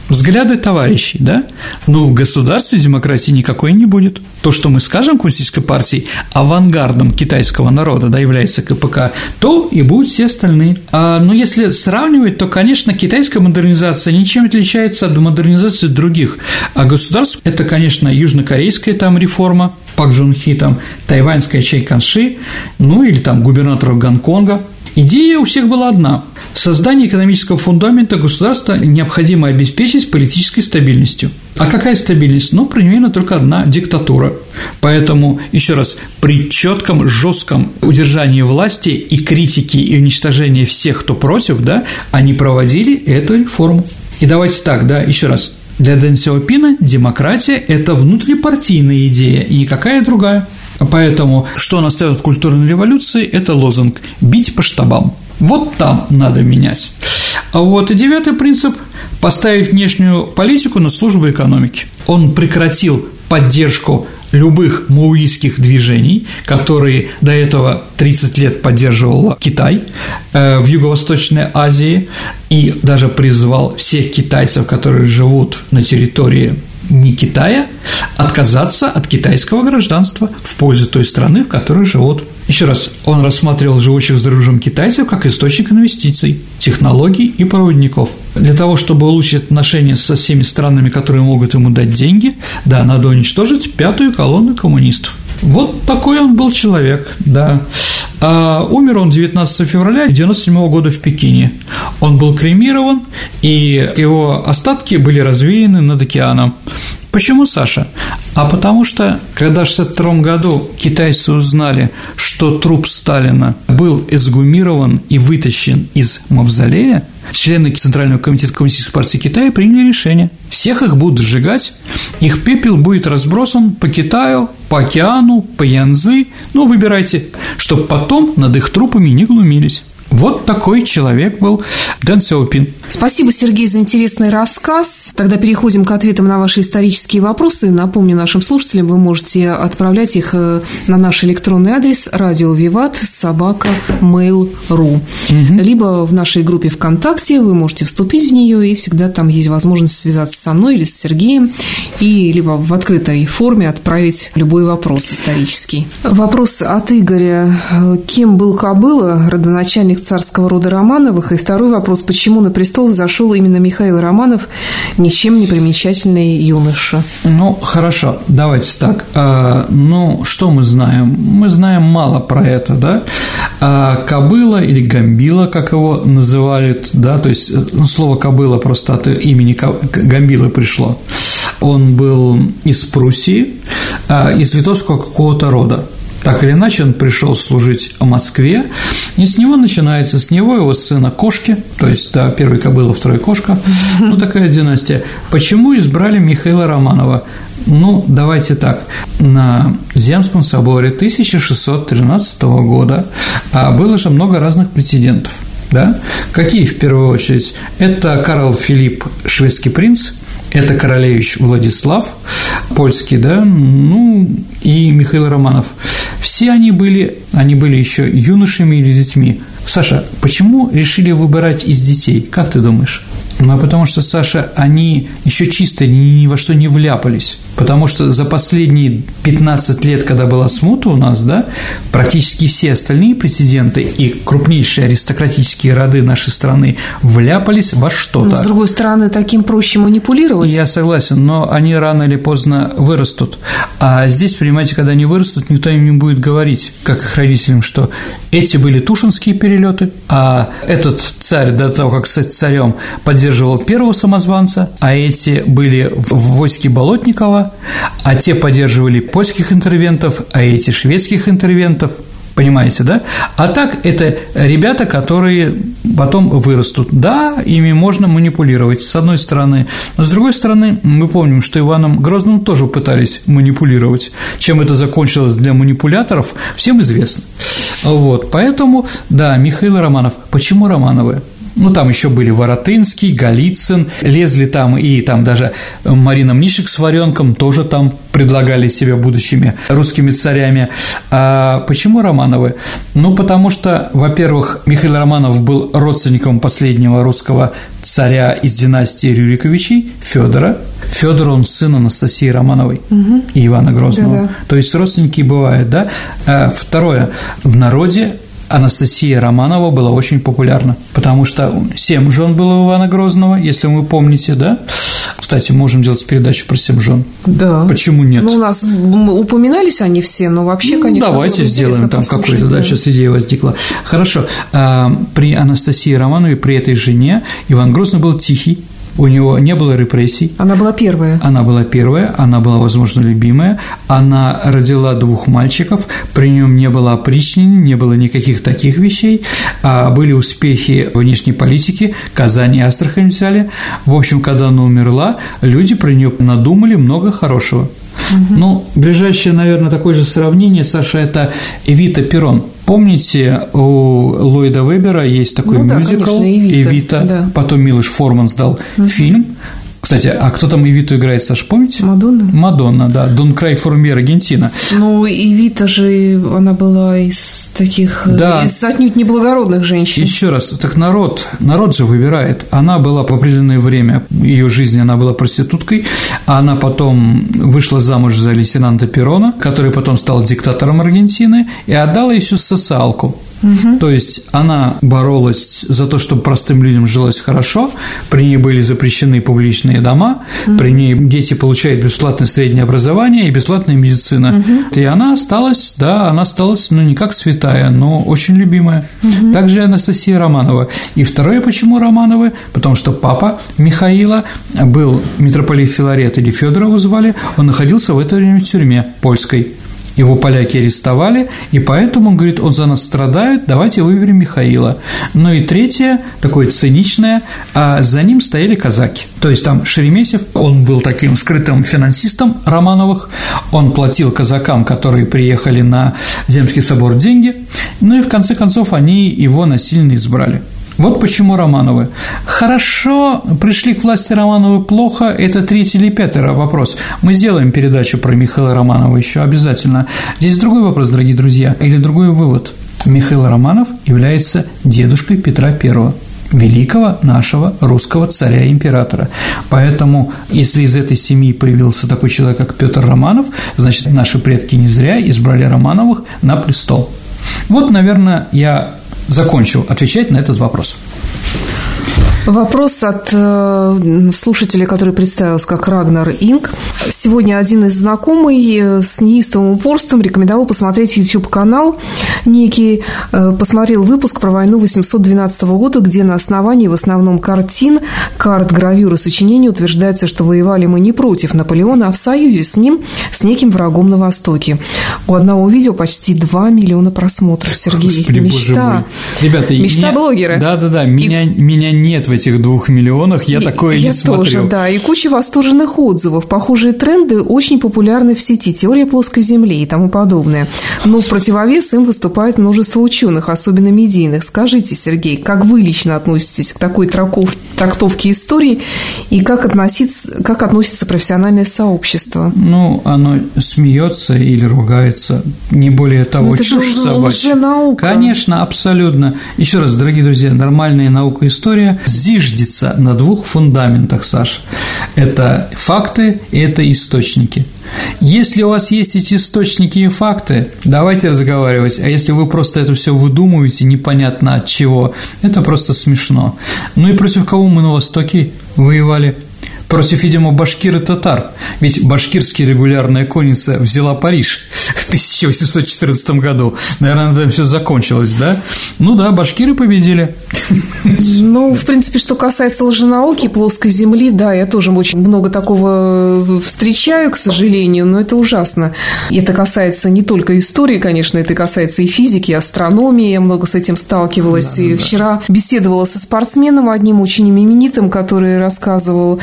взгляды товарищей, да? Но в государстве демократии никакой не будет. То, что мы скажем коммунистической партии авангардом китайского народа, да, является ка пэ ка, то и будут все остальные. А, но если сравнивать, то, конечно, китайская модернизация ничем не отличается от модернизации других государств. Это, конечно, южнокорейская там реформа, Пак Джун Хи, там, тайваньская Чай Канши, ну или там губернаторов Гонконга. Идея у всех была одна – создание экономического фундамента государства необходимо обеспечить политической стабильностью. А какая стабильность? Ну, примерно только одна – диктатура. Поэтому, еще раз, при четком, жестком удержании власти и критике и уничтожении всех, кто против, да, они проводили эту реформу. И давайте так, да, еще раз. Для Дэн Сяопина демократия – это внутрипартийная идея и никакая другая. Поэтому, что он оставил от культурной революции – это лозунг «бить по штабам». Вот там надо менять. А вот и девятый принцип – поставить внешнюю политику на службу экономике. Он прекратил поддержку любых маоистских движений, которые до этого тридцать лет поддерживал Китай э, в Юго-Восточной Азии, и даже призвал всех китайцев, которые живут на территории не Китая, отказаться от китайского гражданства в пользу той страны, в которой живут. Еще раз, он рассматривал живущих за рубежом китайцев как источник инвестиций, технологий и проводников. Для того, чтобы улучшить отношения со всеми странами, которые могут ему дать деньги, да, надо уничтожить пятую колонну коммунистов. Вот такой он был человек, да. А умер он девятнадцатого февраля девяносто седьмого года в Пекине. Он был кремирован, и его остатки были развеяны над океаном. Почему, Саша? А потому что, когда в шестьдесят втором году китайцы узнали, что труп Сталина был эксгумирован и вытащен из мавзолея, члены Центрального комитета Коммунистической партии Китая приняли решение. Всех их будут сжигать, их пепел будет разбросан по Китаю, по океану, по Янцзы, ну, выбирайте, чтобы потом над их трупами не глумились. Вот такой человек был Дэн Сяопин. Спасибо, Сергей, за интересный рассказ. Тогда переходим к ответам на ваши исторические вопросы. Напомню нашим слушателям, вы можете отправлять их на наш электронный адрес радио Виват собака мейл точка ру. Угу. Либо в нашей группе ВКонтакте вы можете вступить в нее, и всегда там есть возможность связаться со мной или с Сергеем, и либо в открытой форме отправить любой вопрос исторический. Вопрос от Игоря. Кем был Кобыла, родоначальник царского рода Романовых? И второй вопрос. Почему на престол взошел именно Михаил Романов, ничем не примечательный юноша? Ну, хорошо, давайте так. А, ну, что мы знаем? Мы знаем мало про это, да? А, Кобыла или Гамбила, как его называли, да, то есть ну, слово Кобыла просто от имени Гамбилы пришло. Он был из Пруссии, из литовского какого-то рода. Так или иначе, он пришел служить в Москве, и с него начинается, с него его сына Кошки, то есть, да, первый Кобыла, второй Кошка, ну, такая династия. Почему избрали Михаила Романова? Ну, давайте так, на Земском соборе тысяча шестьсот тринадцатого года было же много разных претендентов, да? Какие, в первую очередь? Это Карл Филипп, шведский принц, это королевич Владислав, польский, да, ну, и Михаил Романов. Все они были, они были еще юношами или детьми. Саша, почему решили выбирать из детей? Как ты думаешь? Ну, потому что, Саша, они еще чисто ни во что не вляпались. Потому что за последние пятнадцать лет, когда была смута у нас, да, практически все остальные президенты и крупнейшие аристократические роды нашей страны вляпались во что-то. Но, с другой стороны, таким проще манипулировать. Я согласен, но они рано или поздно вырастут. А здесь, понимаете, когда они вырастут, никто им не будет говорить, как их родителям, что эти были тушинские перелеты, а этот царь до того, как стать царем, поддерживал первого самозванца, а эти были в войске Болотникова, а те поддерживали польских интервентов, а эти шведских интервентов, понимаете, да? А так это ребята, которые потом вырастут. Да, ими можно манипулировать, с одной стороны, но с другой стороны, мы помним, что Иваном Грозным тоже пытались манипулировать. Чем это закончилось для манипуляторов, всем известно. Вот, поэтому, да, Михаил Романов. Почему Романовы? Ну, там еще были Воротынский, Голицын, лезли там, и там даже Марина Мнишек с Варенком тоже там предлагали себя будущими русскими царями. А почему Романовы? Ну, потому что, во-первых, Михаил Романов был родственником последнего русского царя из династии Рюриковичей, Федора. Федор, он сын Анастасии Романовой угу. и Ивана Грозного. Да-да. То есть родственники бывают, да? А второе, в народе Анастасия Романова была очень популярна, потому что семь жен было у Ивана Грозного, если вы помните, да? Кстати, можем делать передачу про семь жен. Да. Почему нет? Ну, у нас упоминались они все, но вообще, ну, конечно, давайте сделаем там какой-то, да, сейчас идея возникла. Хорошо. При Анастасии Романовой, при этой жене, Иван Грозный был тихий. У него не было репрессий. Она была первая. Она была первая, она была, возможно, любимая. Она родила двух мальчиков, при нем не было опричнины, не было никаких таких вещей. А были успехи внешней политики, Казань и Астрахань взяли. В общем, когда она умерла, люди про нее надумали много хорошего. Угу. Ну, ближайшее, наверное, такое же сравнение, Саша, это Эвита Перрон. Помните, у Ллойда Вебера есть такой ну, мюзикл да, конечно, «Эвита», Эвита. Да. Потом Милош Форман сдал угу. фильм. Кстати, а кто там Эвиту играет, Саша, помните? Мадонна. Мадонна, да, «Don't cry for me, Аргентина». Ну, Эвита же, она была из таких, да. из отнюдь неблагородных женщин. Еще раз, так народ, народ же выбирает. Она была в определенное время ее жизни, она была проституткой, а она потом вышла замуж за лейтенанта Перрона, который потом стал диктатором Аргентины, и отдала ей всю социалку. Угу. То есть она боролась за то, чтобы простым людям жилось хорошо, при ней были запрещены публичные дома, угу. при ней дети получают бесплатное среднее образование и бесплатная медицина. Угу. И она осталась, да, она осталась, ну, не как святая, но очень любимая. Угу. Также и Анастасия Романова. И второе, почему Романовы? Потому что папа Михаила был митрополит Филарет, или Фёдорова звали, он находился в это время в тюрьме польской. Его поляки арестовали, и поэтому, он говорит, он за нас страдает, давайте выберем Михаила. Ну и третье, такое циничное, а за ним стояли казаки. То есть там Шереметьев, он был таким скрытым финансистом Романовых, он платил казакам, которые приехали на Земский собор, деньги, ну и в конце концов они его насильно избрали. Вот почему Романовы. Хорошо, пришли к власти Романовы плохо, это третий или пятый вопрос. Мы сделаем передачу про Михаила Романова еще обязательно. Здесь другой вопрос, дорогие друзья, или другой вывод. Михаил Романов является дедушкой Петра Первого, великого нашего русского царя-императора. Поэтому, если из этой семьи появился такой человек, как Петр Романов, значит, наши предки не зря избрали Романовых на престол. Вот, наверное, я закончил отвечать на этот вопрос. Вопрос от э, слушателя, который представился как Рагнар Инг. Сегодня один из знакомых с неистовым упорством рекомендовал посмотреть YouTube-канал некий, э, посмотрел выпуск про войну восемьсот двенадцатого года, где на основании в основном картин, карт, гравюр и сочинений утверждается, что воевали мы не против Наполеона, а в союзе с ним, с неким врагом на Востоке. У одного видео почти два миллиона просмотров, Сергей. Господи, мечта. Ребята, мечта меня... блогера. Да-да-да, меня, и... меня нет в этих двух миллионах, я и, такое я не смотрю. Я тоже, да, и куча восторженных отзывов. Похожие тренды очень популярны в сети, теория плоской земли и тому подобное. Но в противовес им выступает множество ученых, особенно медийных. Скажите, Сергей, как вы лично относитесь к такой траков, трактовке истории и как, относиться, как относится профессиональное сообщество? Ну, оно смеется или ругается, не более того, это чушь же собачья. Лженаука. Конечно, абсолютно. Еще раз, дорогие друзья, нормальная наука и история зиждется на двух фундаментах, Саша. Это факты и это источники. Если у вас есть эти источники и факты, давайте разговаривать, а если вы просто это все выдумываете, непонятно от чего, это просто смешно. Ну и против кого мы на Востоке воевали? Против, видимо, башкир и татар, ведь башкирская регулярная конница взяла Париж в тысяча восемьсот четырнадцатом году. Наверное, на этом все закончилось, да? Ну да, башкиры победили. Ну, в принципе, что касается лженауки, плоской земли, да, я тоже очень много такого встречаю, к сожалению, но это ужасно. И это касается не только истории, конечно, это касается и физики, и астрономии, я много с этим сталкивалась. Да, и да, вчера да. беседовала со спортсменом, одним очень именитым, который рассказывал, что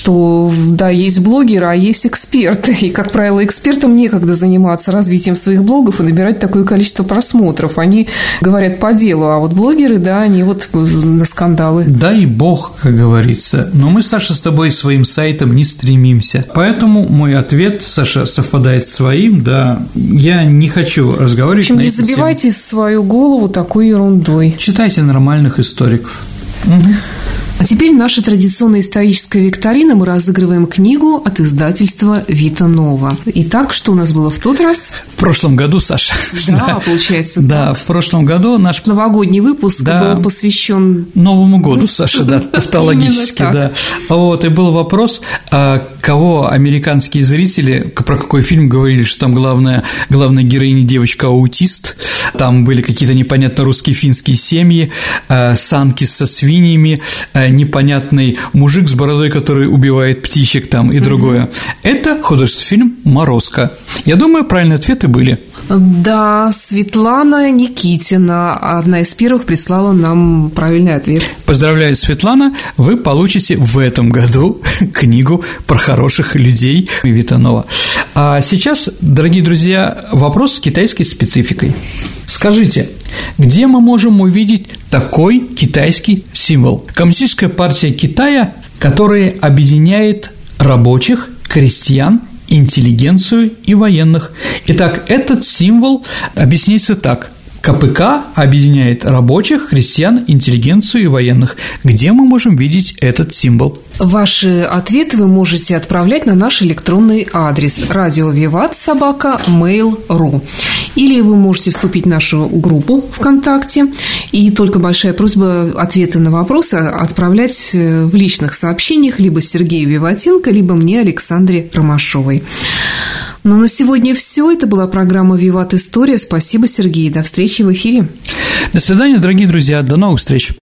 что, да, есть блогеры, а есть эксперты. И, как правило, экспертам некогда заниматься развитием своих блогов и набирать такое количество просмотров. Они говорят по делу, а вот блогеры, да, они вот на скандалы. Дай бог, как говорится. Но мы, Саша, с тобой своим сайтом не стремимся. Поэтому мой ответ, Саша, совпадает с своим, да. Я не хочу разговаривать. В общем, не забивайте свою голову такой ерундой. Читайте нормальных историков. Угу. А теперь наша традиционная историческая викторина. Мы разыгрываем книгу от издательства «Вита Нова». Итак, что у нас было в тот раз? В прошлом году, Саша. Да, да. Получается. Да, так. В прошлом году наш новогодний выпуск да. был посвящен Новому году, Саша, да, тавтологически, да. Вот, и был вопрос, кого американские зрители, про какой фильм говорили, что там главная, главная героиня девочка-аутист, там были какие-то непонятно русские финские семьи, санки со свиньями, непонятный мужик с бородой, который убивает птичек там и другое. Mm-hmm. Это художественный фильм «Морозко». Я думаю, правильные ответы были. Да, Светлана Никитина, одна из первых, прислала нам правильный ответ. Поздравляю, Светлана, вы получите в этом году книгу про хороших людей Вита Нова. А сейчас, дорогие друзья, вопрос с китайской спецификой. Скажите, где мы можем увидеть такой китайский символ? Коммунистическая партия Китая, которая объединяет рабочих, крестьян, интеллигенцию и военных. Итак, этот символ объясняется так. ка пэ ка объединяет рабочих, крестьян, интеллигенцию и военных. Где мы можем видеть этот символ? Ваши ответы вы можете отправлять на наш электронный адрес радио виват собака мейл точка ру. Или вы можете вступить в нашу группу ВКонтакте. И только большая просьба ответы на вопросы отправлять в личных сообщениях либо Сергею Виватенко, либо мне, Александре Ромашовой. Ну, на сегодня все. Это была программа «Виват История». Спасибо, Сергей. До встречи в эфире. До свидания, дорогие друзья. До новых встреч.